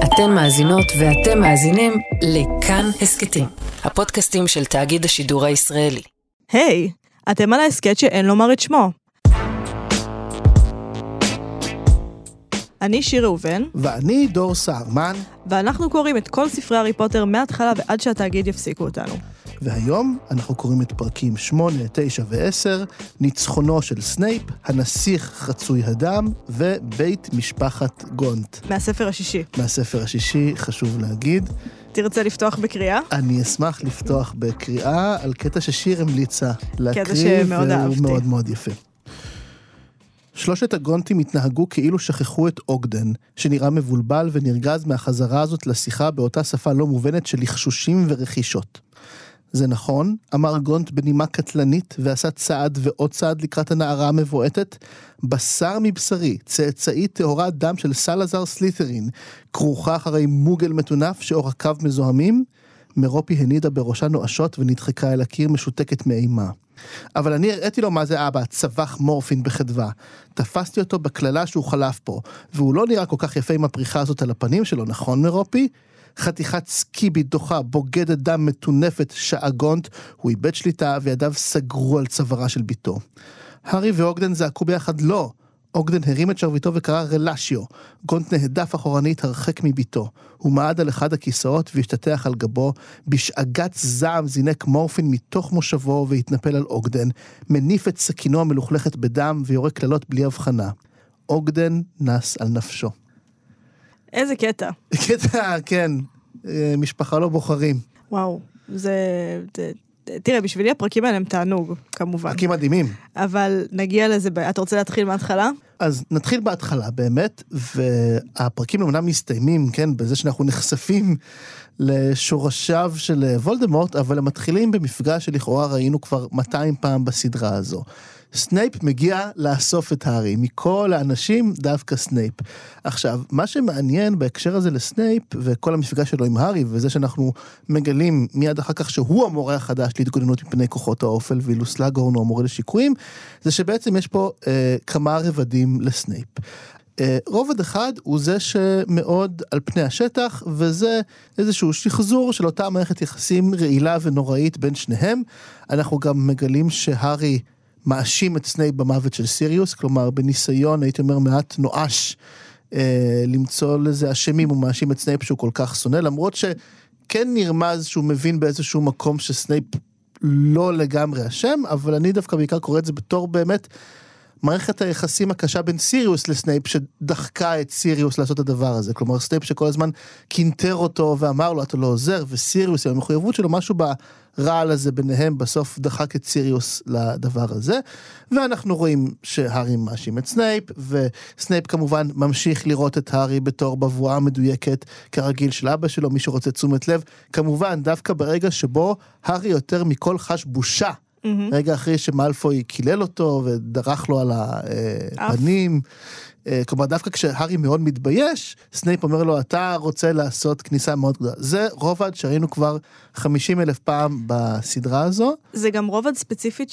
אתן מאזינות ואתם מאזינים לכאן הסקטים, הפודקאסטים של תאגיד השידור הישראלי. היי, אתם על ההסקט שאין לומר את שמו. אני שיר ראובן. ואני דור סהרמן. ואנחנו קוראים את כל ספרי הארי פוטר מההתחלה ועד שהתאגיד יפסיקו אותנו. והיום אנחנו קוראים את פרקים 8, 9 ו-10, ניצחונו של סנייפ, הנסיך חצוי הדם, ובית משפחת גונט. מהספר השישי. מהספר השישי, חשוב להגיד. תרצה לפתוח בקריאה? אני אשמח לפתוח בקריאה על קטע ששיר המליצה להקריא, קטע שמאוד אהבתי. מאוד מאוד יפה. שלושת הגונטים התנהגו כאילו שכחו את אוגדן, שנראה מבולבל ונרגז מהחזרה הזאת לשיחה באותה שפה לא מובנת של לחשושים ורכישות. זה נכון, אמר גונט בנימה קטלנית, ועשה צעד ועוד צעד לקראת הנערה המבועטת. בשר מבשרי, צאצאי תאורת דם של סלאזר סלית'רין, כרוכה אחרי מוגל מטונף שעורקיו מזוהמים. מרופי הנידה בראשה נואשות ונדחקה אל הקיר משותקת מאימה. אבל אני הראיתי לו מה זה אבא, צווח מורפין בחדווה. תפסתי אותו בכללה שהוא חלף פה, והוא לא נראה כל כך יפה עם הפריחה הזאת על הפנים שלו, נכון מרופי? חתיכת סקיבית דוחה, בוגדת דם מטונפת שעגונט, הוא איבד שליטה וידיו סגרו על צווארה של ביתו. הארי ואוגדן זעקו ביחד לא. אוגדן הרים את שרביטו וקרא רלשיו. גונט נהדף אחורנית הרחק מביתו. הוא מעד על אחד הכיסאות והשתתח על גבו. בשאגת זעם זינק מורפין מתוך מושבו והתנפל על אוגדן. מניף את סכינו המלוכלכת בדם ויורק כללות בלי הבחנה. אוגדן נס על נפשו. איזה קטע. קטע, כן. משפחה לא בוחרים. וואו, תראה, בשבילי הפרקים האלה הם תענוג, כמובן. פרקים מדהימים. אבל נגיע לזה, אתה רוצה להתחיל מההתחלה? אז נתחיל בהתחלה באמת, והפרקים אמנם מסתיימים, כן, בזה שאנחנו נחשפים לשורשיו של וולדמורט, אבל הם מתחילים במפגש שלכאורה ראינו כבר 200 פעם בסדרה הזו. סנייפ מגיע לאסוף את הארי, מכל האנשים דווקא סנייפ. עכשיו, מה שמעניין בהקשר הזה לסנייפ, וכל המפגש שלו עם הארי, וזה שאנחנו מגלים מיד אחר כך שהוא המורה החדש להתגוננות מפני כוחות האופל, ואילו סלאגהורן הוא המורה לשיקויים, זה שבעצם יש פה כמה רבדים לסנייפ. רובד אחד הוא זה שמאוד על פני השטח, וזה איזשהו שחזור של אותה מערכת יחסים רעילה ונוראית בין שניהם. אנחנו גם מגלים שהארי מאשים את סנייפ במוות של סיריוס, כלומר בניסיון, הייתי אומר מעט נואש, למצוא לזה אשמים, הוא מאשים את סנייפ שהוא כל כך שונא, למרות שכן נרמז שהוא מבין באיזשהו מקום שסנייפ לא לגמרי אשם, אבל אני דווקא בעיקר קורא את זה בתור באמת מערכת היחסים הקשה בין סיריוס לסנייפ, שדחקה את סיריוס לעשות את הדבר הזה. כלומר, סנייפ שכל הזמן קינטר אותו ואמר לו, אתה לא עוזר, וסיריוס, המחויבות שלו, משהו ברעל הזה ביניהם, בסוף דחק את סיריוס לדבר הזה. ואנחנו רואים שהארי מאשים את סנייפ, וסנייפ כמובן ממשיך לראות את הארי בתור בבואה מדויקת, כרגיל של אבא שלו, מי שרוצה תשומת לב. כמובן, דווקא ברגע שבו הארי יותר מכל חש בושה, רגע אחרי שמאלפוי קילל אותו ודרך לו על הפנים, כלומר דווקא כשהארי מאוד מתבייש, סנייפ אומר לו, אתה רוצה לעשות כניסה מאוד גדולה. זה רובד שראינו כבר 50,000 פעם בסדרה הזו. זה גם רובד ספציפית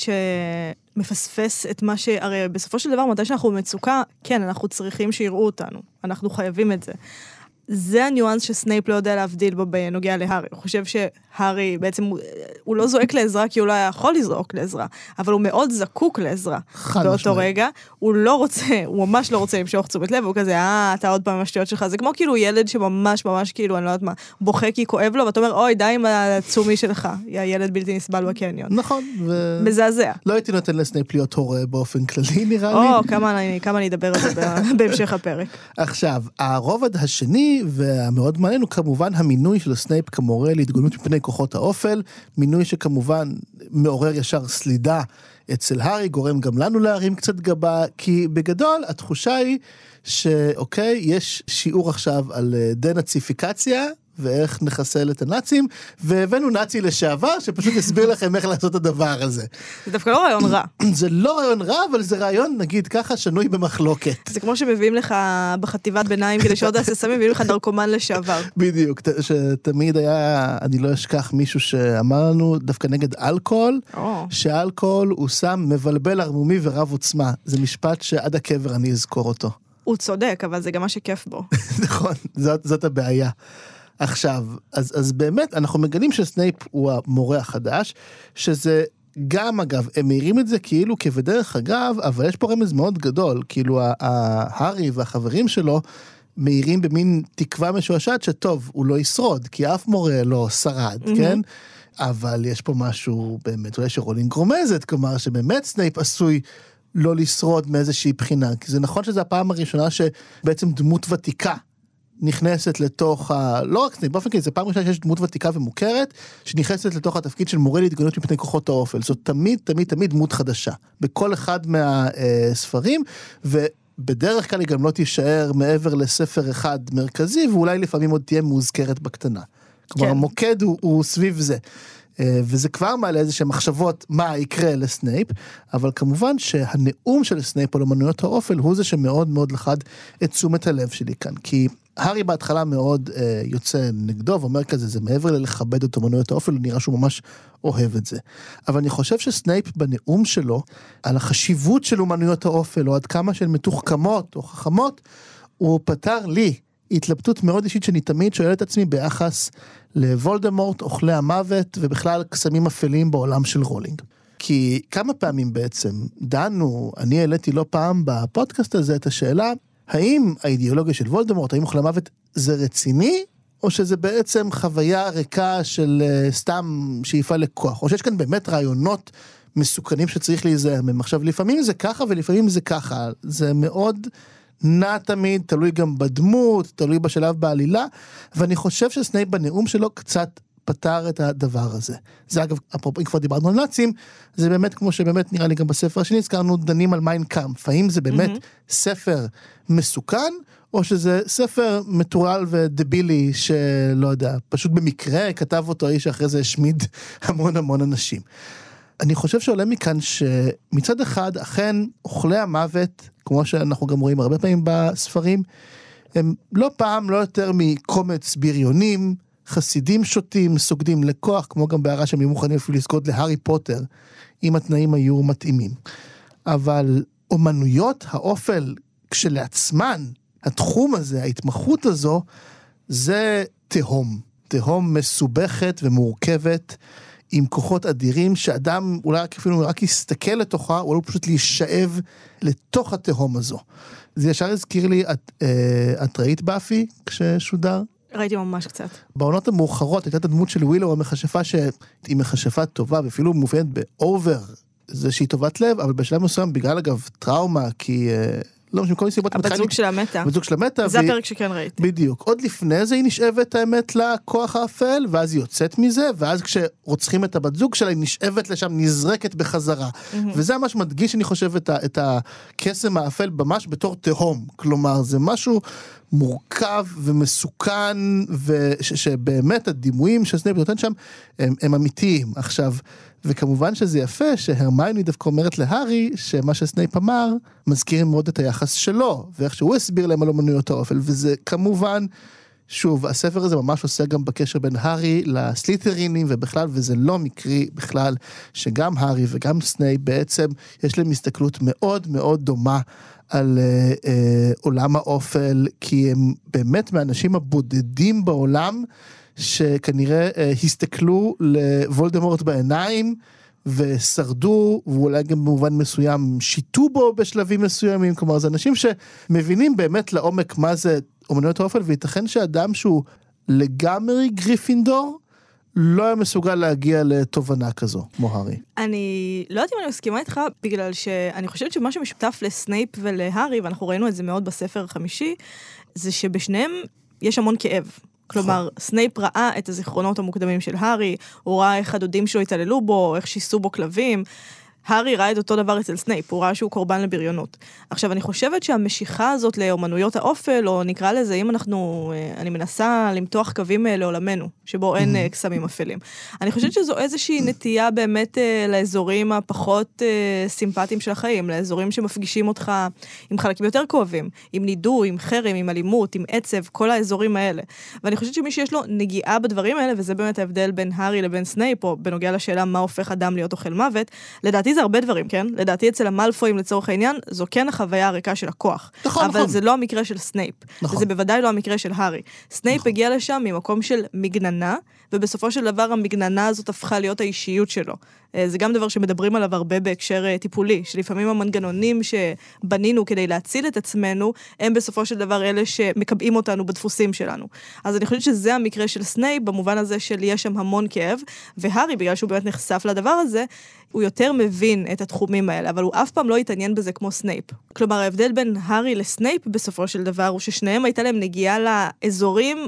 שמפספס את מה הרי בסופו של דבר, מתי שאנחנו במצוקה, כן, אנחנו צריכים שיראו אותנו. אנחנו חייבים את זה. זה הניואנס שסנייפ לא יודע להבדיל בו בנוגע להארי. הוא חושב שהארי בעצם, הוא לא זועק לעזרה כי הוא לא היה יכול לזעוק לעזרה, אבל הוא מאוד זקוק לעזרה. באותו רגע, הוא לא רוצה, הוא ממש לא רוצה למשוך תשומת לב, והוא כזה, אתה עוד פעם השטויות שלך. זה כמו כאילו ילד שממש ממש כאילו, אני לא יודעת מה, בוכה כי כואב לו, ואתה אומר, אוי, די עם הצומי שלך. ילד בלתי נסבל בקניון. נכון. מזעזע. לא הייתי נותן לסנייפ להיות הורה באופן כללי, נראה לי. כמה אני אדבר על זה בהמשך הפרק. עכשיו, הרובד השני והמאוד מעניין הוא כמובן המינוי של סנייפ כמורה להתגוננות מפני כוחות האופל, מינוי שכמובן מעורר ישר סלידה אצל הארי, גורם גם לנו להרים קצת גבה, כי בגדול התחושה היא שאוקיי, יש שיעור עכשיו על דנאציפיקציה, ואיך נחסל את הנאצים, והבאנו נאצי לשעבר, שפשוט יסביר לכם איך לעשות את הדבר הזה. זה דווקא לא רעיון רע. זה לא רעיון רע, אבל זה רעיון, נגיד ככה, שנוי במחלוקת. זה כמו שמביאים לך בחטיבת ביניים, כדי שעוד הססמים, מביאים לך נרקומן לשעבר. בדיוק, שתמיד היה, אני לא אשכח מישהו שאמר לנו, דווקא נגד אלכוהול, שאלכוהול הוא שם מבלבל ערמומי ורב עוצמה. זה משפט שעד הקבר אני אזכור אותו. הוא צודק, אבל זה גם מה שכיף בו. נכון, זאת הבעיה. עכשיו, אז באמת אנחנו מגלים שסנייפ הוא המורה החדש, שזה גם אגב, הם מעירים את זה כאילו כבדרך אגב, אבל יש פה רמז מאוד גדול, כאילו ההרי והחברים שלו מעירים במין תקווה משועשעת שטוב, הוא לא ישרוד, כי אף מורה לא שרד, כן? אבל יש פה משהו באמת, אולי שרולינג רומזת, כלומר שבאמת סנייפ עשוי לא לשרוד מאיזושהי בחינה, כי זה נכון שזו הפעם הראשונה שבעצם דמות ותיקה נכנסת לתוך לא רק סנייפ, באופן כזה, זה פעם ראשונה שיש דמות ותיקה ומוכרת, שנכנסת לתוך התפקיד של מורה להתגוננות מפני כוחות האופל. זאת תמיד, תמיד, תמיד דמות חדשה. בכל אחד מהספרים, ובדרך כלל היא גם לא תישאר מעבר לספר אחד מרכזי, ואולי לפעמים עוד תהיה מוזכרת בקטנה. כלומר, המוקד הוא סביב זה. וזה כבר מעלה איזה מחשבות מה יקרה לסנייפ, אבל כמובן שהנאום של סנייפ על אמנויות האופל הוא זה שמאוד מאוד לחד את תשומת הלב שלי כאן, כי הארי בהתחלה מאוד יוצא נגדו ואומר כזה, זה מעבר ללכבד את אמנויות האופל, הוא נראה שהוא ממש אוהב את זה. אבל אני חושב שסנייפ בנאום שלו, על החשיבות של אמנויות האופל, או עד כמה שהן מתוחכמות או חכמות, הוא פתר לי התלבטות מאוד אישית שאני תמיד שואל את עצמי ביחס לוולדמורט, אוכלי המוות, ובכלל קסמים אפלים בעולם של רולינג. כי כמה פעמים בעצם דנו, אני העליתי לא פעם בפודקאסט הזה את השאלה, האם האידיאולוגיה של וולדמורט, האם אוכלי המוות זה רציני, או שזה בעצם חוויה ריקה של סתם שאיפה לכוח, או שיש כאן באמת רעיונות מסוכנים שצריך להיזהר מהם. עכשיו, לפעמים זה ככה ולפעמים זה ככה, זה מאוד נע תמיד, תלוי גם בדמות, תלוי בשלב בעלילה, ואני חושב שסנייפ בנאום שלו קצת פתר את הדבר הזה. זה אגב, אפרופו, אם כבר דיברנו על נאצים, זה באמת כמו שבאמת נראה לי גם בספר השני, הזכרנו דנים על מיין קאמפף, האם זה באמת ספר מסוכן, או שזה ספר מטורל ודבילי, שלא יודע, פשוט במקרה כתב אותו האיש שאחרי זה השמיד המון המון אנשים. אני חושב שעולה מכאן שמצד אחד, אכן אוכלי המוות, כמו שאנחנו גם רואים הרבה פעמים בספרים, הם לא פעם, לא יותר מקומץ בריונים, חסידים שוטים, סוגדים לכוח, כמו גם בהערה שהם מוכנים אפילו לסגוד להארי פוטר, אם התנאים היו מתאימים. אבל אומנויות האופל כשלעצמן, התחום הזה, ההתמחות הזו, זה תהום מסובכת ומורכבת, עם כוחות אדירים, שאדם אולי אפילו רק יסתכל לתוכה, או לא פשוט להישאב לתוך התהום הזו. זה ישר הזכיר לי, את ראית באפי כששודר? ראיתי ממש קצת. בעונות המאוחרות, הייתה את הדמות של ווילו, המכשפה שהיא מכשפה טובה, ואפילו מופיינת באובר, זה שהיא טובת לב, אבל בשלב מסוים, בגלל אגב טראומה, כי לא משהו, כל מיני סיבות. הבזוג של המטה. הבזוג של המטה. זה הפרק שכן ראיתי. בדיוק. עוד לפני זה היא נשאבת האמת לכוח האפל, ואז היא יוצאת מזה, ואז כשרוצחים את הבת זוג שלה, היא נשאבת לשם, נזרקת בחזרה. וזה ממש מדגיש, אני חושב, את הקסם האפל ממש בתור תהום. כלומר, זה משהו מורכב ומסוכן, ושבאמת הדימויים שסנייפ נותן שם, הם אמיתיים. עכשיו, וכמובן שזה יפה שהרמיוני דווקא אומרת להארי שמה שסנייפ אמר מזכירים מאוד את היחס שלו ואיך שהוא הסביר להם על אומנויות האופל, וזה כמובן, שוב, הספר הזה ממש עושה גם בקשר בין הארי לסלית'רינים ובכלל, וזה לא מקרי בכלל שגם הארי וגם סנייפ בעצם יש להם הסתכלות מאוד מאוד דומה על עולם האופל, כי הם באמת מהאנשים הבודדים בעולם שכנראה הסתכלו לוולדמורט בעיניים ושרדו, ואולי גם במובן מסוים שיתו בו בשלבים מסוימים. כלומר, זה אנשים שמבינים באמת לעומק מה זה אומנויות האופל, וייתכן שאדם שהוא לגמרי גריפינדור לא היה מסוגל להגיע לתובנה כזו, כמו הארי. אני לא יודעת אם אני מסכימה איתך, בגלל שאני חושבת שמה שמשותף לסנייפ ולהארי, ואנחנו ראינו את זה מאוד בספר החמישי, זה שבשניהם יש המון כאב. כלומר, סנייפ ראה את הזיכרונות המוקדמים של הארי, הוא ראה איך הדודים שלו התעללו בו, איך שיסו בו כלבים. הארי ראה את אותו דבר אצל סנייפ, הוא ראה שהוא קורבן לבריונות. עכשיו, אני חושבת שהמשיכה הזאת לאומנויות האופל, או נקרא לזה, אם אני מנסה למתוח קווים לעולמנו, שבו אין קסמים אפלים. אני חושבת שזו איזושהי נטייה באמת לאזורים הפחות סימפטיים של החיים, לאזורים שמפגישים אותך עם חלקים יותר כואבים, עם נידוי, עם חרם, עם אלימות, עם עצב, כל האזורים האלה. ואני חושבת שמי שיש לו נגיעה בדברים האלה, וזה באמת ההבדל בין הארי לבין סנייפ, או בנוגע לשאלה מה הופך אדם להיות אוכל מוות, לדעתי זה הרבה דברים, כן? לדעתי אצל המלפויים לצורך העניין, זו כן החוויה הריקה של הכוח. נכון, אבל נכון. זה לא המקרה של סנייפ. נכון. וזה בוודאי לא המקרה של הארי. סנייפ הגיע לשם ממקום של מגננה, ובסופו של דבר המגננה הזאת הפכה להיות האישיות שלו. זה גם דבר שמדברים עליו הרבה בהקשר טיפולי, שלפעמים המנגנונים שבנינו כדי להציל את עצמנו, הם בסופו של דבר אלה שמקבעים אותנו בדפוסים שלנו. אז אני חושבת שזה המקרה של סנייפ, במובן הזה של יש שם המון כאב, והארי, בגלל שהוא באמת נחשף לדבר הזה, הוא יותר מבין את התחומים האלה, אבל הוא אף פעם לא התעניין בזה כמו סנייפ. כלומר, ההבדל בין הארי לסנייפ בסופו של דבר, הוא ששניהם הייתה להם נגיעה לאזורים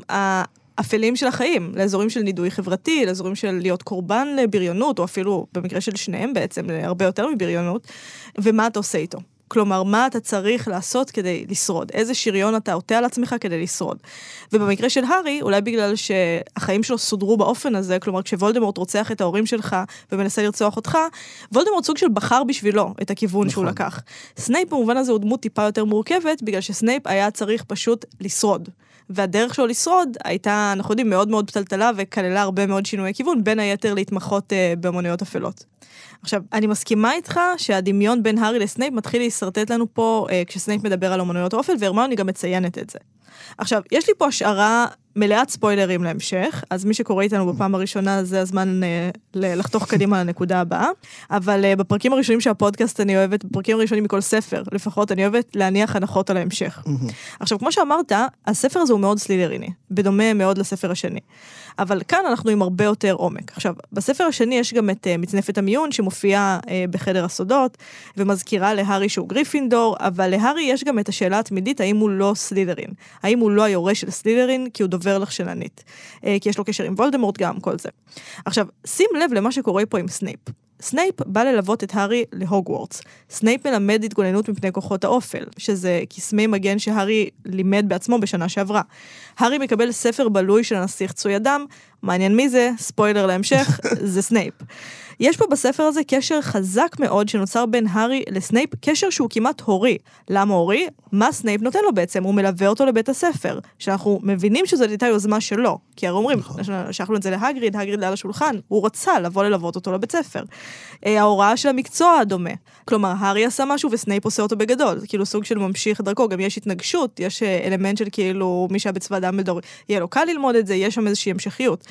אפלים של החיים, לאזורים של נידוי חברתי, לאזורים של להיות קורבן לבריונות, או אפילו במקרה של שניהם בעצם, הרבה יותר מבריונות, ומה אתה עושה איתו? כלומר, מה אתה צריך לעשות כדי לשרוד? איזה שריון אתה עוטה על עצמך כדי לשרוד? ובמקרה של הארי, אולי בגלל שהחיים שלו סודרו באופן הזה, כלומר, כשוולדמורט רוצח את ההורים שלך ומנסה לרצוח אותך, וולדמורט סוג של בחר בשבילו את הכיוון נכון. שהוא לקח. סנייפ במובן הזה הוא דמות טיפה יותר מורכבת, בגלל שסנייפ היה צריך פשוט לשרוד. והדרך שלו לשרוד הייתה, אנחנו יודעים, מאוד מאוד פתלתלה וכללה הרבה מאוד שינוי כיוון, בין היתר להתמחות באמנויות אפלות. עכשיו, אני מסכימה איתך שהדמיון בין הארי לסנייפ מתחיל להיסרטט לנו פה כשסנייפ מדבר על אמנויות האופל, והרמיוני גם מציינת את זה. עכשיו, יש לי פה השערה מלאת ספוילרים להמשך, אז מי שקורא איתנו בפעם הראשונה, זה הזמן לחתוך קדימה לנקודה הבאה, אבל בפרקים הראשונים של הפודקאסט אני אוהבת, בפרקים הראשונים מכל ספר, לפחות אני אוהבת להניח הנחות על ההמשך. עכשיו, כמו שאמרת, הספר הזה הוא מאוד סלידריני, בדומה מאוד לספר השני. אבל כאן אנחנו עם הרבה יותר עומק. עכשיו, בספר השני יש גם את מצנפת המיון, שמופיעה בחדר הסודות, ומזכירה להארי שהוא גריפינדור, אבל להארי יש גם את השאלה התמידית, האם הוא לא סלידרין? האם הוא לא היורש של סלידרין, כי הוא דובר לחשננית? כי יש לו קשר עם וולדמורט גם, כל זה. עכשיו, שים לב למה שקורה פה עם סנייפ. סנייפ בא ללוות את הארי להוגוורטס. סנייפ מלמד התגוננות מפני כוחות האופל, שזה קסמי מגן שהארי לימד בעצמו בשנה שעברה. הארי מקבל ספר בלוי של הנסיך צוי אדם, מעניין מי זה, ספוילר להמשך, זה סנייפ. יש פה בספר הזה קשר חזק מאוד שנוצר בין הארי לסנייפ, קשר שהוא כמעט הורי. למה הורי? מה סנייפ נותן לו בעצם? הוא מלווה אותו לבית הספר, שאנחנו מבינים שזו הייתה יוזמה שלו, כי הרי אומרים, שייכנו את זה להגריד, הגריד על השולחן, הוא רצה לבוא ללוות אותו לבית ספר. ההוראה של המקצוע דומה. כלומר, הארי עשה משהו וסנייפ עושה אותו בגדול, זה כאילו סוג של ממשיך דרכו, גם יש התנגשות, יש אלמנט של כאילו מי שהיה בצבא דמבלדור, יהיה לו קל ללמוד את זה, יש שם איזושהי המשכיות.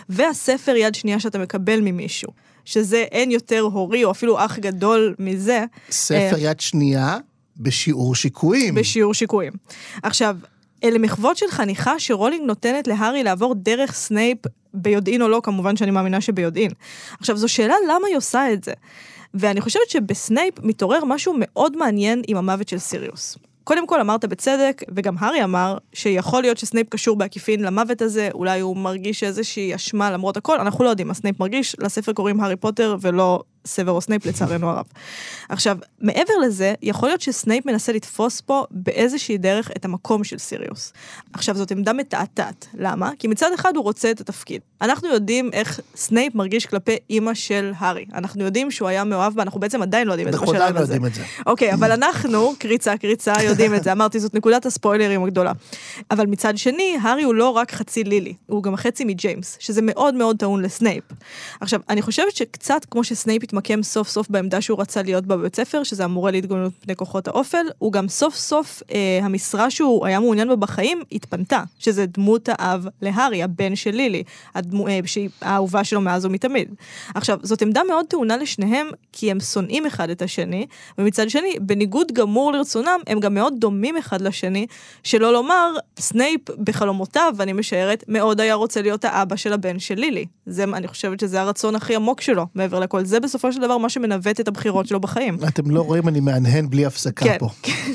והספר יד שנייה שאתה מקבל ממישהו, שזה אין יותר הורי או אפילו אח גדול מזה. ספר יד שנייה בשיעור שיקויים. בשיעור שיקויים. עכשיו, אלה מחוות של חניכה שרולינג נותנת להארי לעבור דרך סנייפ ביודעין או לא, כמובן שאני מאמינה שביודעין. עכשיו, זו שאלה למה היא עושה את זה. ואני חושבת שבסנייפ מתעורר משהו מאוד מעניין עם המוות של סיריוס. קודם כל אמרת בצדק, וגם הארי אמר, שיכול להיות שסנייפ קשור בעקיפין למוות הזה, אולי הוא מרגיש איזושהי אשמה למרות הכל, אנחנו לא יודעים מה סנייפ מרגיש, לספר קוראים הארי פוטר ולא סוורוס סנייפ לצערנו הרב. עכשיו, מעבר לזה, יכול להיות שסנייפ מנסה לתפוס פה באיזושהי דרך את המקום של סיריוס. עכשיו, זאת עמדה מתעתעת. למה? כי מצד אחד הוא רוצה את התפקיד. אנחנו יודעים איך סנייפ מרגיש כלפי אמא של הארי. אנחנו יודעים שהוא היה מאוהב בה, אנחנו בעצם עדיין לא יודעים את זה בשלב הזה. אוקיי, אבל אנחנו, קריצה, יודעים את זה. אמרתי, זאת נקודת הספוילרים הגדולה. אבל מצד שני, הארי הוא לא רק חצי לילי, הוא גם חצי מג'יימס, שזה מאוד מאוד טעון לסנייפ. עכשיו, אני חושבת שקצת כמו שסנייפ התמקם סוף סוף בעמדה שהוא רצה להיות בה בבית ספר, שזה המורה להתגוננות מפני כוחות האופל, הוא גם סוף סוף המשרה שהוא היה מעוניין בה בחיים, התפנתה, שזה דמות האב להארי, הבן של לילי, שהיא האהובה שלו מאז ומתמיד. עכשיו, זאת עמדה מאוד טעונה לשניהם, כי הם שונאים אחד את השני, ומצד שני, בניגוד גמור לרצונם, הם גם מאוד דומים אחד לשני, שלא לומר, סנייפ בחלומותיו, ואני משערת, מאוד היה רוצה להיות האבא של הבן של לילי. אני חושבת שזה הרצון הכי עמוק שלו, מעבר לכל. זה בסופו של דבר מה שמנווט את הבחירות שלו בחיים. אתם לא רואים, אני מהנהן בלי הפסקה פה.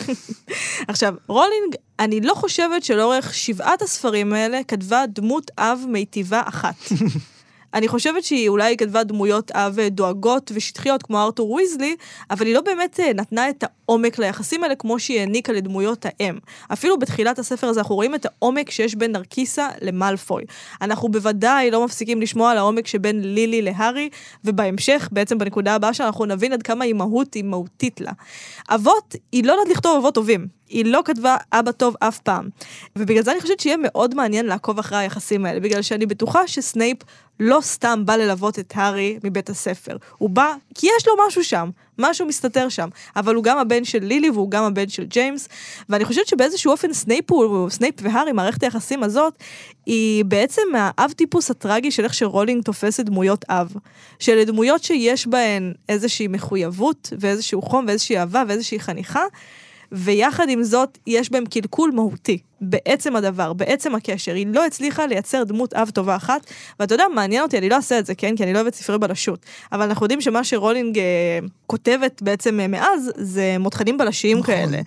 עכשיו, רולינג, אני לא חושבת שלאורך 7 הספרים האלה כתבה דמות אב מיטיבה אחת. אני חושבת שהיא אולי כתבה דמויות אב דואגות ושטחיות כמו ארתור ויזלי, אבל היא לא באמת נתנה את העומק ליחסים האלה כמו שהיא העניקה לדמויות האם. אפילו בתחילת הספר הזה אנחנו רואים את העומק שיש בין נרקיסה למלפוי. אנחנו בוודאי לא מפסיקים לשמוע על העומק שבין לילי להארי, ובהמשך, בעצם בנקודה הבאה שאנחנו נבין עד כמה אימהות היא מהותית לה. אבות, היא לא יודעת לכתוב אבות טובים. היא לא כתבה אבא טוב אף פעם. ובגלל זה אני חושבת שיהיה מאוד מעניין לעקוב אחרי היחסים האלה, בגלל שאני בטוחה שסנייפ לא סתם בא ללוות את הארי מבית הספר. הוא בא כי יש לו משהו שם, משהו מסתתר שם, אבל הוא גם הבן של לילי והוא גם הבן של ג'יימס, ואני חושבת שבאיזשהו אופן סנייפ והארי, מערכת היחסים הזאת, היא בעצם האב טיפוס הטרגי של איך שרולינג תופסת דמויות אב, של דמויות שיש בהן איזושהי מחויבות ואיזשהו חום ואיזושהי אהבה ואיזושהי חניכה, ויחד עם זאת יש בהם קלקול מהותי, בעצם הדבר, בעצם הקשר. היא לא הצליחה לייצר דמות אב טובה אחת, ואתה יודע, מעניין אותי, אני לא אעשה את זה, כן? כי אני לא אוהבת ספרי בלשות, אבל אנחנו יודעים שמה שרולינג כותבת בעצם מאז, זה מותחנים בלשיים כאלה.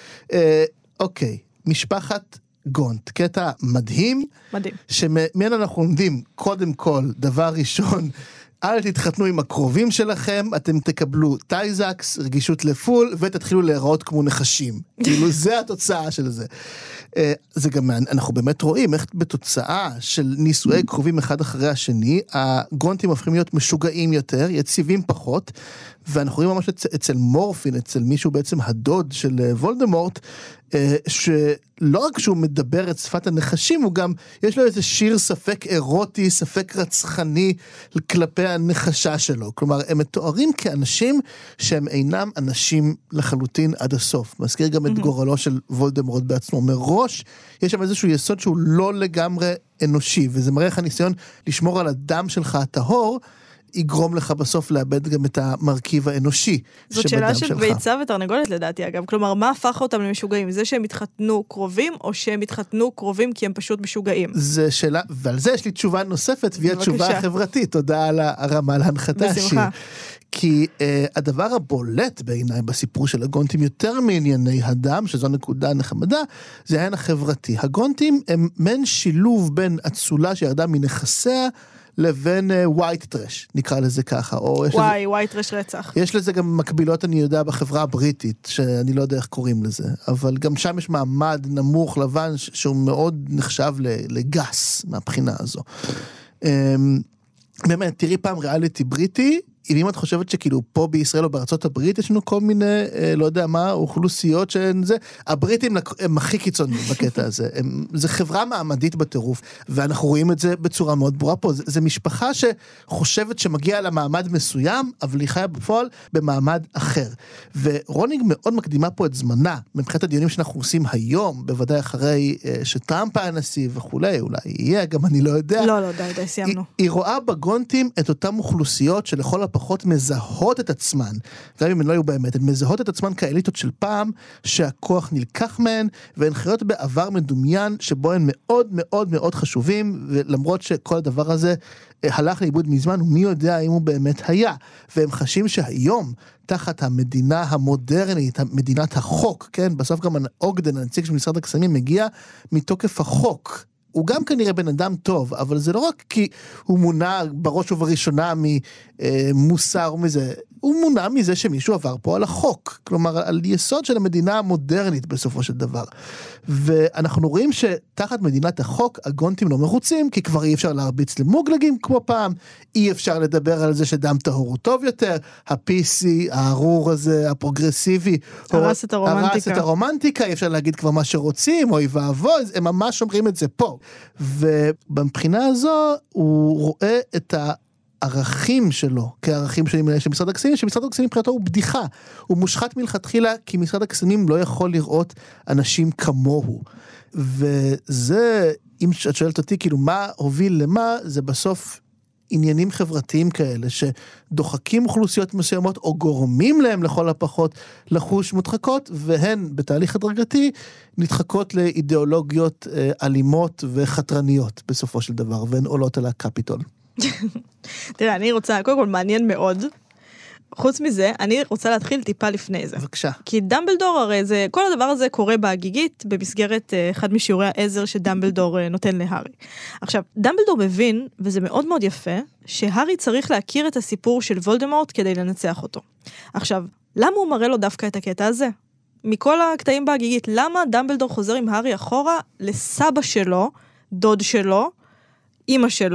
אוקיי, משפחת גונט, קטע מדהים, שמעין אנחנו עומדים, קודם כל, דבר ראשון, אל תתחתנו עם הקרובים שלכם, אתם תקבלו טייזקס, רגישות לפול, ותתחילו להיראות כמו נחשים. כאילו, זה התוצאה של זה. זה גם, אנחנו באמת רואים איך בתוצאה של נישואי קרובים אחד אחרי השני, הגונטים הופכים להיות משוגעים יותר, יציבים פחות, ואנחנו רואים ממש אצל מורפין, אצל מישהו בעצם הדוד של וולדמורט, שלא רק שהוא מדבר את שפת הנחשים, הוא גם, יש לו איזה שיר ספק אירוטי, ספק רצחני, כלפי הנחשה שלו. כלומר, הם מתוארים כאנשים שהם אינם אנשים לחלוטין עד הסוף. מזכיר גם את גורלו של וולדמורט בעצמו. מראש, יש שם איזשהו יסוד שהוא לא לגמרי אנושי, וזה מראה לך ניסיון לשמור על הדם שלך הטהור, יגרום לך בסוף לאבד גם את המרכיב האנושי שבדם שלך. זאת שאלה של ביצה ותרנגולת לדעתי, אגב. כלומר, מה הפך אותם למשוגעים? זה שהם התחתנו קרובים, או שהם התחתנו קרובים כי הם פשוט משוגעים? זה שאלה, ועל זה יש לי תשובה נוספת, והיא התשובה החברתית. תודה על הרמה להנחתה השיר. בשמחה. כי הדבר הבולט בעיניי בסיפור של הגונטים, יותר מענייני הדם, שזו נקודה נחמדה, זה העניין החברתי. הגונטים הם מעין שילוב בין אצולה שירדה מנכסיה, לבין ווייט טרש, נקרא לזה ככה. ווייט טרש רצח. יש לזה גם מקבילות, אני יודע, בחברה הבריטית, שאני לא יודע איך קוראים לזה, אבל גם שם יש מעמד נמוך לבן, שהוא מאוד נחשב לגס, מהבחינה הזו. באמת, תראי פעם ריאליטי בריטי, אם את חושבת שכאילו פה בישראל או בארצות הברית יש לנו כל מיני, לא יודע מה, אוכלוסיות שהן זה, הבריטים הם הכי קיצוניים בקטע הזה, זה חברה מעמדית בטירוף, ואנחנו רואים את זה בצורה מאוד ברורה פה, זה משפחה שחושבת שמגיע לה מעמד מסוים, אבל היא חיה בפועל במעמד אחר, ורולינג מאוד מקדימה פה את זמנה, מבחינת הדיונים שאנחנו עושים היום, בוודאי אחרי שטראמפ הנשיא וכולי, אולי יהיה, גם אני לא יודע. לא, די, סיימנו. היא רואה בגונטים את אותם אוכלוסיות שלכל פחות מזהות את עצמן, גם אם הן לא היו באמת, הן מזהות את עצמן כאליטות של פעם, שהכוח נלקח מהן, והן חיות בעבר מדומיין, שבו הן מאוד מאוד מאוד חשובים, ולמרות שכל הדבר הזה הלך לאיבוד מזמן, ומי יודע אם הוא באמת היה, והם חשים שהיום, תחת המדינה המודרנית, מדינת החוק, כן, בסוף גם אוגדן, הנציג של משרד הקסמים, מגיע מתוקף החוק, הוא גם כנראה בן אדם טוב, אבל זה לא רק כי הוא מונע בראש ובראשונה ממוסר ומזה, הוא מונע מזה שמישהו עבר פה על החוק, כלומר על יסוד של המדינה המודרנית בסופו של דבר. ואנחנו רואים שתחת מדינת החוק הגונטים לא מרוצים, כי כבר אי אפשר להרביץ למוגלגים כמו פעם, אי אפשר לדבר על זה שדם טהור הוא טוב יותר, ה-PC, הארור הזה, הפרוגרסיבי, הרס את הרומנטיקה, אי אפשר להגיד כבר מה שרוצים, אוי ואבוי, הם ממש אומרים את זה פה. ובבחינה הזו הוא רואה את הערכים שלו, כערכים של משרד הקסמים, שמשרד הקסמים מבחינתו הוא בדיחה, הוא מושחת מלכתחילה, כי משרד הקסמים לא יכול לראות אנשים כמוהו. וזה, אם את שואלת אותי, כאילו מה הוביל למה, זה בסוף עניינים חברתיים כאלה, שדוחקים אוכלוסיות מסוימות, או גורמים להם לכל הפחות לחוש מודחקות, והן בתהליך הדרגתי, נדחקות לאידיאולוגיות אלימות וחתרניות בסופו של דבר, והן עולות על הקפיטול. תראה, אני רוצה, קודם כל מעניין מאוד, חוץ מזה, אני רוצה להתחיל טיפה לפני זה. בבקשה. כי דמבלדור, הרי זה, כל הדבר הזה קורה בהגיגית, במסגרת אחד משיעורי העזר שדמבלדור נותן להרי. עכשיו, דמבלדור מבין, וזה מאוד מאוד יפה, שהרי צריך להכיר את הסיפור של וולדמורט כדי לנצח אותו. עכשיו, למה הוא מראה לו דווקא את הקטע הזה? מכל הקטעים בהגיגית, למה דמבלדור חוזר עם הרי אחורה לסבא שלו, דוד שלו, אמא שלו,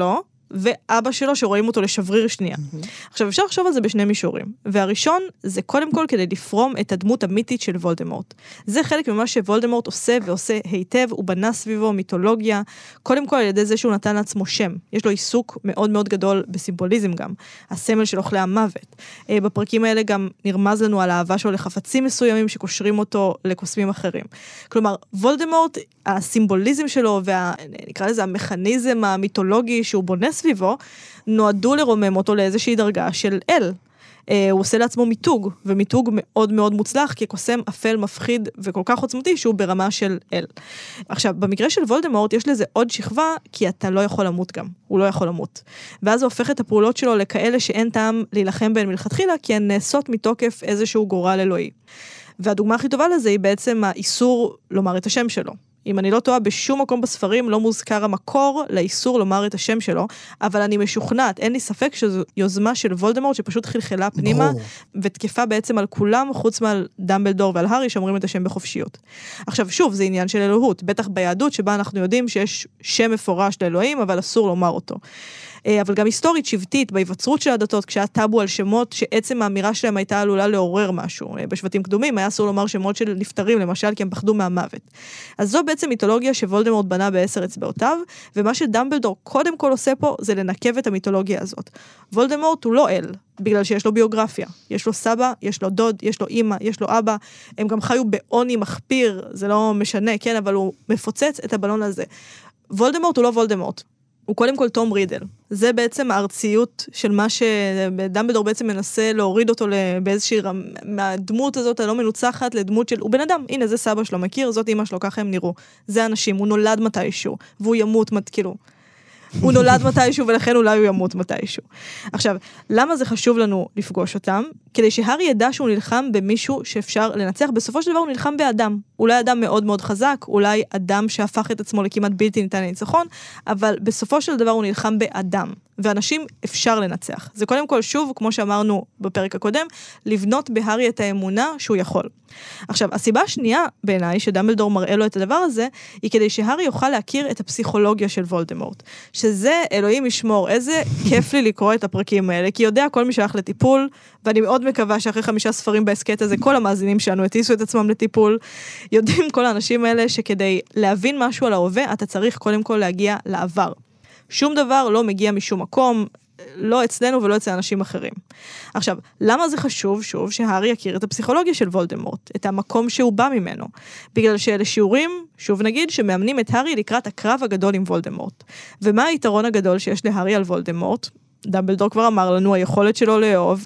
ואבא שלו שרואים אותו לשבריר שנייה. עכשיו, אפשר לחשוב על זה בשני מישורים. והראשון, זה קודם כל כדי לפרום את הדמות המיתית של וולדמורט. זה חלק ממה שוולדמורט עושה ועושה היטב, הוא בנה סביבו מיתולוגיה, קודם כל על ידי זה שהוא נתן לעצמו שם. יש לו עיסוק מאוד מאוד גדול בסימבוליזם גם. הסמל של אוכלי המוות. בפרקים האלה גם נרמז לנו על האהבה שלו לחפצים מסוימים שקושרים אותו לקוסמים אחרים. כלומר, וולדמורט, הסימבוליזם שלו נקרא לזה המכניזם המיתולוגי שהוא בונה סביבו, נועדו לרומם אותו לאיזושהי דרגה של אל. הוא עושה לעצמו מיתוג, ומיתוג מאוד מאוד מוצלח, כקוסם אפל מפחיד וכל כך עוצמתי שהוא ברמה של אל. עכשיו, במקרה של וולדמורט יש לזה עוד שכבה, כי אתה לא יכול למות גם. הוא לא יכול למות. ואז הוא הופך את הפעולות שלו לכאלה שאין טעם להילחם בהן מלכתחילה, כי הן נעשות מתוקף איזשהו גורל אלוהי. והדוגמה הכי טובה לזה היא בעצם האיסור לומר את השם שלו. אם אני לא טועה, בשום מקום בספרים לא מוזכר המקור לאיסור לומר את השם שלו, אבל אני משוכנעת, אין לי ספק שזו יוזמה של וולדמורט שפשוט חלחלה פנימה, ותקפה בעצם על כולם, חוץ מעל דמבלדור ועל הארי, שאומרים את השם בחופשיות. עכשיו, שוב, זה עניין של אלוהות, בטח ביהדות שבה אנחנו יודעים שיש שם מפורש לאלוהים, אבל אסור לומר אותו. אבל גם היסטורית, שבטית, בהיווצרות של הדתות, כשהיה טאבו על שמות, שעצם האמירה שלהם הייתה עלולה לעורר משהו. בשבטים קדומים היה אסור לומר שמות של נפטרים, למשל, כי הם פחדו מהמוות. אז זו בעצם מיתולוגיה שוולדמורט בנה ב10 אצבעותיו, ומה שדמבלדור קודם כל עושה פה, זה לנקב את המיתולוגיה הזאת. וולדמורט הוא לא אל, בגלל שיש לו ביוגרפיה. יש לו סבא, יש לו דוד, יש לו אמא, יש לו אבא. הם גם חיו בעוני מחפיר, זה לא משנה, כן, אבל הוא מפוצץ את הבלון הזה. וולדמורט הוא לא וולדמורט. הוא קודם כל תום רידל. זה בעצם הארציות של מה שדמבלדור בעצם מנסה להוריד אותו באיזושהי מהדמות הזאת הלא מנוצחת לדמות של, הוא בן אדם, הנה זה סבא שלו מכיר, זאת אמא שלו, ככה הם נראו. זה אנשים, הוא נולד מתישהו, והוא ימות, כאילו, הוא נולד מתישהו ולכן אולי הוא ימות מתישהו. עכשיו, למה זה חשוב לנו לפגוש אותם? כדי שהארי ידע שהוא נלחם במישהו שאפשר לנצח, בסופו של דבר הוא נלחם באדם. אולי אדם מאוד מאוד חזק, אולי אדם שהפך את עצמו לכמעט בלתי ניתן לניצחון, אבל בסופו של דבר הוא נלחם באדם. ואנשים אפשר לנצח. זה קודם כל שוב, כמו שאמרנו בפרק הקודם, לבנות בהארי את האמונה שהוא יכול. עכשיו, הסיבה השנייה בעיניי שדמבלדור מראה לו את הדבר הזה, היא כדי שהארי יוכל להכיר את הפסיכולוגיה של וולדמורט. שזה, אלוהים ישמור, איזה כיף לי לקרוא את הפרקים האלה, כי יודע כל מי שהלך לטיפול, ואני מאוד מקווה שאחרי 5 ספרים בהסקט הזה, כל המאזינים שלנו הטיסו את עצמם לטיפול, יודעים כל האנשים האלה שכדי להבין משהו על ההווה, אתה צריך קודם כל להגיע לעבר. שום דבר לא מגיע משום מקום, לא אצלנו ולא אצל אנשים אחרים. עכשיו, למה זה חשוב, שוב, שהארי יכיר את הפסיכולוגיה של וולדמורט, את המקום שהוא בא ממנו? בגלל שאלה שיעורים, שוב נגיד, שמאמנים את הארי לקראת הקרב הגדול עם וולדמורט. ומה היתרון הגדול שיש להארי על וולדמורט? דמבלדור כבר אמר לנו, היכולת שלו לאהוב,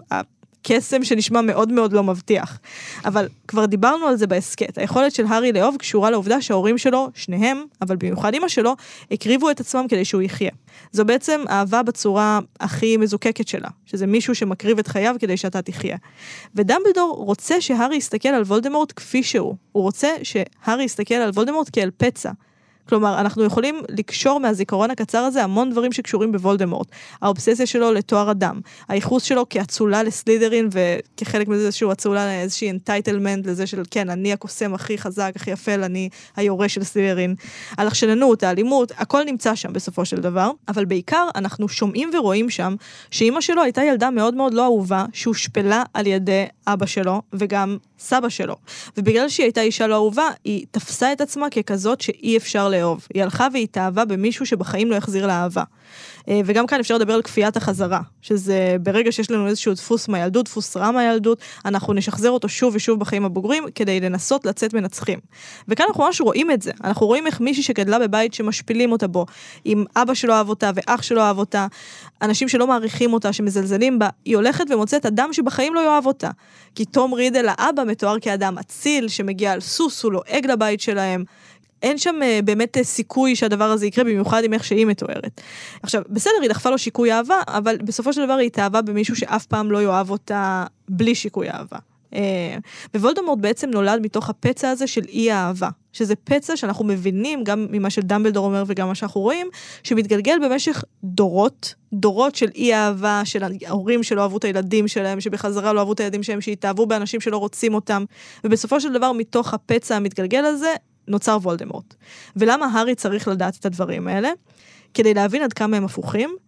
קסם שנשמע מאוד מאוד לא מבטיח. אבל כבר דיברנו על זה בהסקט. היכולת של הארי לאהוב קשורה לעובדה שההורים שלו, שניהם, אבל במיוחד אמא שלו, הקריבו את עצמם כדי שהוא יחיה. זו בעצם אהבה בצורה הכי מזוקקת שלה, שזה מישהו שמקריב את חייו כדי שאתה תחיה. ודמבלדור רוצה שהארי יסתכל על וולדמורט כפי שהוא. הוא רוצה שהארי יסתכל על וולדמורט כאל פצע. כלומר, אנחנו יכולים לקשור מהזיכרון הקצר הזה המון דברים שקשורים בוולדמורט. האובססיה שלו לתואר אדם, הייחוס שלו כאצולה לסלידרין, וכחלק מזה שהוא אצולה לאיזושהי אנטייטלמנט לזה של, כן, אני הקוסם הכי חזק, הכי אפל, אני היורש של סלידרין. הלחשננות, האלימות, הכל נמצא שם בסופו של דבר, אבל בעיקר אנחנו שומעים ורואים שם שאמא שלו הייתה ילדה מאוד מאוד לא אהובה, שהושפלה על ידי אבא שלו, וגם סבא שלו. ובגלל שהיא הייתה אישה לא אהובה, היא תפסה את עצמה ככזאת שאי אפשר לאהוב. היא הלכה והתאהבה במישהו שבחיים לא יחזיר לאהבה. וגם כאן אפשר לדבר על כפיית החזרה, שזה ברגע שיש לנו איזשהו דפוס מהילדות, דפוס רע מהילדות, אנחנו נשחזר אותו שוב ושוב בחיים הבוגרים, כדי לנסות לצאת מנצחים. וכאן אנחנו ממש רואים את זה. אנחנו רואים איך מישהי שגדלה בבית שמשפילים אותה בו, עם אבא שלו אהב אותה ואח שלו אהב אותה, אנשים שלא מעריכים אותה, שמזלזלים בה, היא הולכת ומוצאת אדם שבחיים לא יאהב אותה. כי תום רידל, האבא, מתואר כאדם אציל, שמגיע על סוס, הוא לועג לבית שלהם. אין שם באמת סיכוי שהדבר הזה יקרה, במיוחד עם איך שהיא מתוארת. עכשיו, בסדר, היא דחפה לו שיקוי אהבה, אבל בסופו של דבר היא התאהבה במישהו שאף פעם לא יאהב אותה בלי שיקוי אהבה. ווולדמורט בעצם נולד מתוך הפצע הזה של אי האהבה, שזה פצע שאנחנו מבינים גם ממה שדמבלדור אומר וגם מה שאנחנו רואים, שמתגלגל במשך דורות של אי אהבה, של ההורים שלא אהבו את הילדים שלהם, שבחזרה לא אהבו את הילדים שלהם, שהתאהבו באנשים שלא רוצים אותם, ובסופו של דבר מתוך הפצע המתגלגל הזה, נוצר וולדמורט. ולמה הארי צריך לדעת את הדברים האלה? כדי להבין עד כמה הם הפוכים,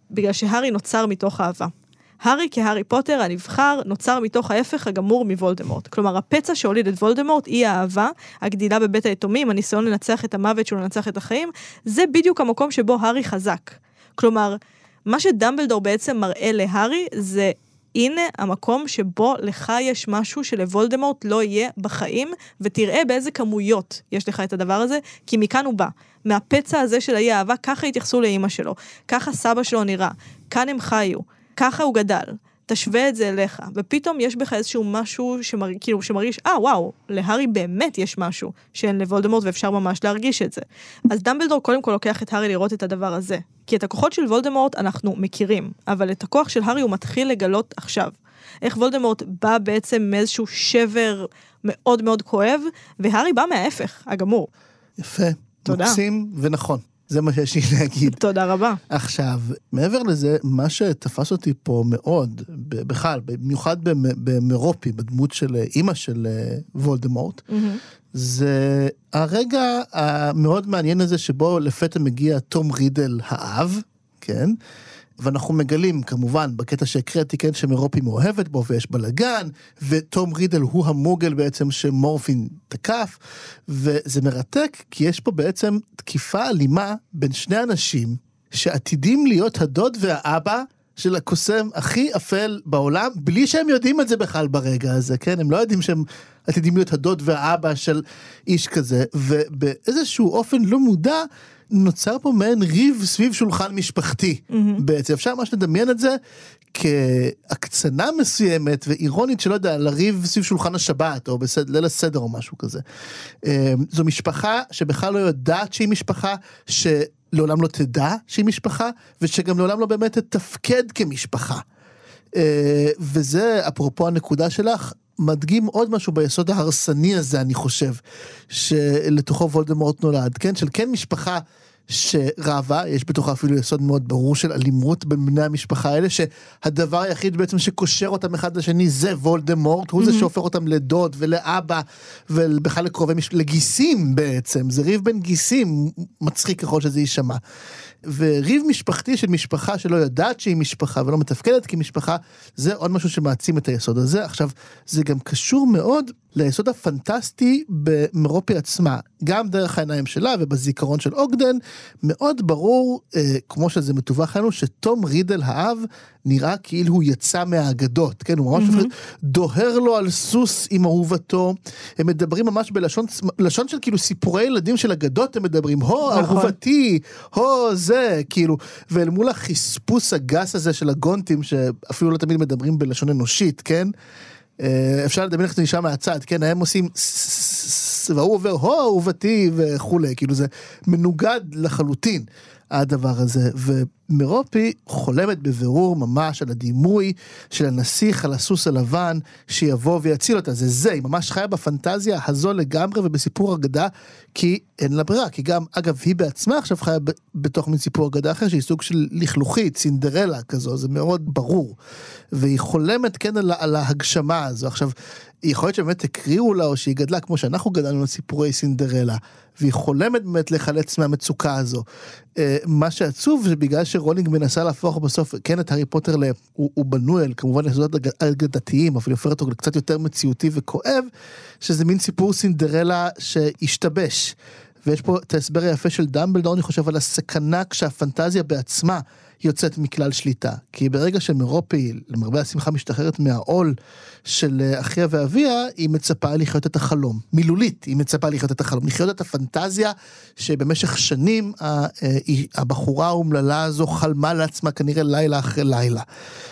בגלל שהארי נוצר מתוך אהבה. הארי כהארי פוטר הנבחר נוצר מתוך ההפך הגמור מוולדמורט. כלומר, הפצע שהוליד את וולדמורט היא האהבה, הגדילה בבית היתומים, הניסיון לנצח את המוות שהוא לנצח את החיים, זה בדיוק המקום שבו הארי חזק. כלומר, מה שדמבלדור בעצם מראה להארי זה הנה המקום שבו לך יש משהו שלוולדמורט לא יהיה בחיים, ותראה באיזה כמויות יש לך את הדבר הזה, כי מכאן הוא בא. מהפצע הזה של האי האהבה, ככה התייחסו לאמא שלו, ככה סבא שלו נראה, כאן הם חיו, ככה הוא גדל, תשווה את זה אליך, ופתאום יש בך איזשהו משהו שמרגיש, וואו, להארי באמת יש משהו שאין לוולדמורט, ואפשר ממש להרגיש את זה. אז דמבלדור קודם כל לוקח את הארי לראות את הדבר הזה, כי את הכוחות של וולדמורט אנחנו מכירים, אבל את הכוח של הארי הוא מתחיל לגלות עכשיו. איך וולדמורט בא בעצם מאיזשהו שבר מאוד מאוד כואב, והארי בא מההפך, הגמור. יפה, תודה. מקסים ונכון. זה מה שיש לי להגיד. תודה רבה. עכשיו, מעבר לזה, מה שתפס אותי פה מאוד, בכלל, במיוחד במרופי, בדמות של אמא של וולדמורט, זה הרגע המאוד מעניין הזה שבו לפתע מגיע תום רידל האב, כן? ואנחנו מגלים, כמובן, בקטע שהקראתי, כן, שמרופי מאוהבת בו ויש בלגן, ותום רידל הוא המוגל בעצם שמורפין תקף, וזה מרתק, כי יש פה בעצם תקיפה אלימה בין שני אנשים, שעתידים להיות הדוד והאבא של הקוסם הכי אפל בעולם, בלי שהם יודעים את זה בכלל ברגע הזה, כן? הם לא יודעים שהם עתידים להיות הדוד והאבא של איש כזה, ובאיזשהו אופן לא מודע, נוצר פה מעין ריב סביב שולחן משפחתי. בעצם אפשר ממש לדמיין את זה כהקצנה מסוימת ואירונית שלא יודע, לריב סביב שולחן השבת או ליל הסדר או משהו כזה. זו משפחה שבכלל לא יודעת שהיא משפחה, שלעולם לא תדע שהיא משפחה, ושגם לעולם לא באמת תתפקד כמשפחה. וזה, אפרופו הנקודה שלך, מדגים עוד משהו ביסוד ההרסני הזה, אני חושב, שלתוכו וולדמורט נולד, כן? של כן משפחה שרבה, יש בתוכה אפילו יסוד מאוד ברור של אלימות בין בני המשפחה האלה, שהדבר היחיד בעצם שקושר אותם אחד לשני זה וולדמורט, הוא זה שהופך אותם לדוד ולאבא, ובכלל לקרובי לגיסים בעצם, זה ריב בין גיסים, מצחיק ככל שזה יישמע. וריב משפחתי של משפחה שלא יודעת שהיא משפחה ולא מתפקדת כמשפחה, זה עוד משהו שמעצים את היסוד הזה. עכשיו, זה גם קשור מאוד ליסוד הפנטסטי במרופי עצמה, גם דרך העיניים שלה ובזיכרון של אוגדן, מאוד ברור, כמו שזה מתווך לנו, שתום רידל האב נראה כאילו הוא יצא מהאגדות, כן? הוא ממש דוהר לו על סוס עם אהובתו, הם מדברים ממש בלשון של כאילו סיפורי ילדים של אגדות, הם מדברים, אהובתי, זה, כאילו, ואל מול החספוס הגס הזה של הגונטים, שאפילו לא תמיד מדברים בלשון אנושית, כן? אפשר לדמיין איך זה נשאר מהצד, כן? הם עושים והוא עובר, אהובתי וכולי, כאילו זה מנוגד לחלוטין הדבר הזה, ומרופי חולמת בבירור ממש על הדימוי של הנסיך על הסוס הלבן שיבוא ויציל אותה, זה, היא ממש חיה בפנטזיה הזו לגמרי ובסיפור אגדה, כי אין לה ברירה, כי גם, אגב, היא בעצמה עכשיו חיה בתוך מין סיפור אגדה אחר, שהיא סוג של לכלוכית, סינדרלה כזו, זה מאוד ברור, והיא חולמת כן על ההגשמה הזו. עכשיו, יכול להיות שבאמת הקריאו לה, או שהיא גדלה כמו שאנחנו גדלנו לסיפורי סינדרלה, והיא חולמת באמת לחלץ מהמצוקה הזו. מה שעצוב זה בגלל שרולינג מנסה להפוך בסוף, כן, את הארי פוטר הוא בנוי על כמובן יסודות אגדתיים, אבל יופר אותו קצת יותר מציאותי וכואב, שזה מין סיפור סינדרלה שהשתבש. ויש פה את ההסבר היפה של דמבלדור, אני חושב על הסכנה כשהפנטזיה בעצמה יוצאת מכלל שליטה. כי ברגע שמרופי, למרבה השמחה, משתחררת מהעול של אחיה ואביה, היא מצפה לחיות את החלום. מילולית, היא מצפה לחיות את החלום. לחיות את הפנטזיה שבמשך שנים הבחורה האומללה הזו חלמה לעצמה כנראה לילה אחרי לילה.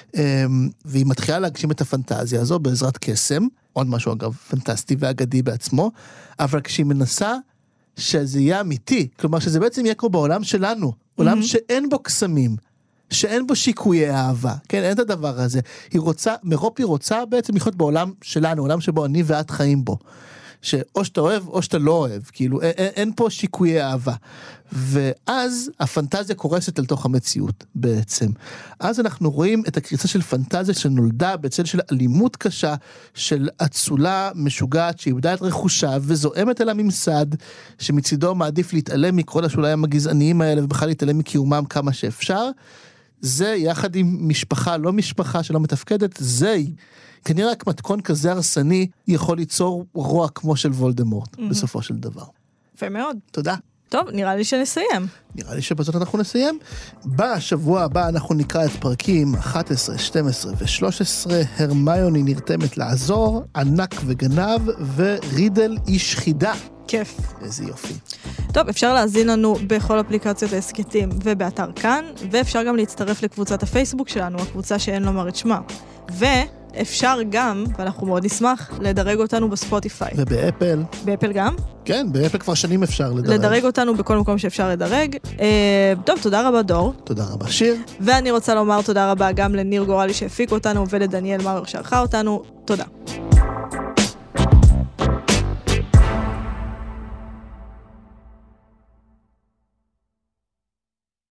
והיא מתחילה להגשים את הפנטזיה הזו בעזרת קסם, עוד משהו אגב פנטסטי ואגדי בעצמו, אבל כשהיא מנסה שזה יהיה אמיתי, כלומר שזה בעצם יהיה כמו בעולם שלנו, עולם שאין בו קסמים, שאין בו שיקויי אהבה, כן, אין את הדבר הזה. מרופי רוצה בעצם לחיות בעולם שלנו, עולם שבו אני ואת חיים בו. שאו שאתה אוהב או שאתה לא אוהב, כאילו אין פה שיקויי אהבה. ואז הפנטזיה קורסת אל תוך המציאות בעצם. אז אנחנו רואים את הקריסה של פנטזיה שנולדה בצל של אלימות קשה, של אצולה משוגעת שאיבדה את רכושה וזועמת אל הממסד, שמצידו מעדיף להתעלם מכל השוליים הגזעניים האלה ובכלל להתעלם מקיומם כמה שאפשר. זה יחד עם משפחה, לא משפחה שלא מתפקדת, זה כנראה רק מתכון כזה הרסני יכול ליצור רוע כמו של וולדמורט, בסופו של דבר. יפה מאוד. תודה. טוב, נראה לי שנסיים. נראה לי שבזאת אנחנו נסיים. בשבוע הבא אנחנו נקרא את פרקים 11, 12 ו-13. הרמיוני נרתמת לעזור, ענק וגנב, ורידל איש חידה. כיף. איזה יופי. טוב, אפשר להזין לנו בכל אפליקציות העסקתים ובאתר כאן, ואפשר גם להצטרף לקבוצת הפייסבוק שלנו, הקבוצה שאין לומר את שמה. ואפשר גם, ואנחנו מאוד נשמח, לדרג אותנו בספוטיפיי. ובאפל. באפל גם? כן, באפל כבר שנים אפשר לדרג. לדרג אותנו בכל מקום שאפשר לדרג. טוב, תודה רבה דור. תודה רבה שיר. ואני רוצה לומר תודה רבה גם לניר גורלי שהפיק אותנו, ולדניאל מאור שערכה אותנו. תודה.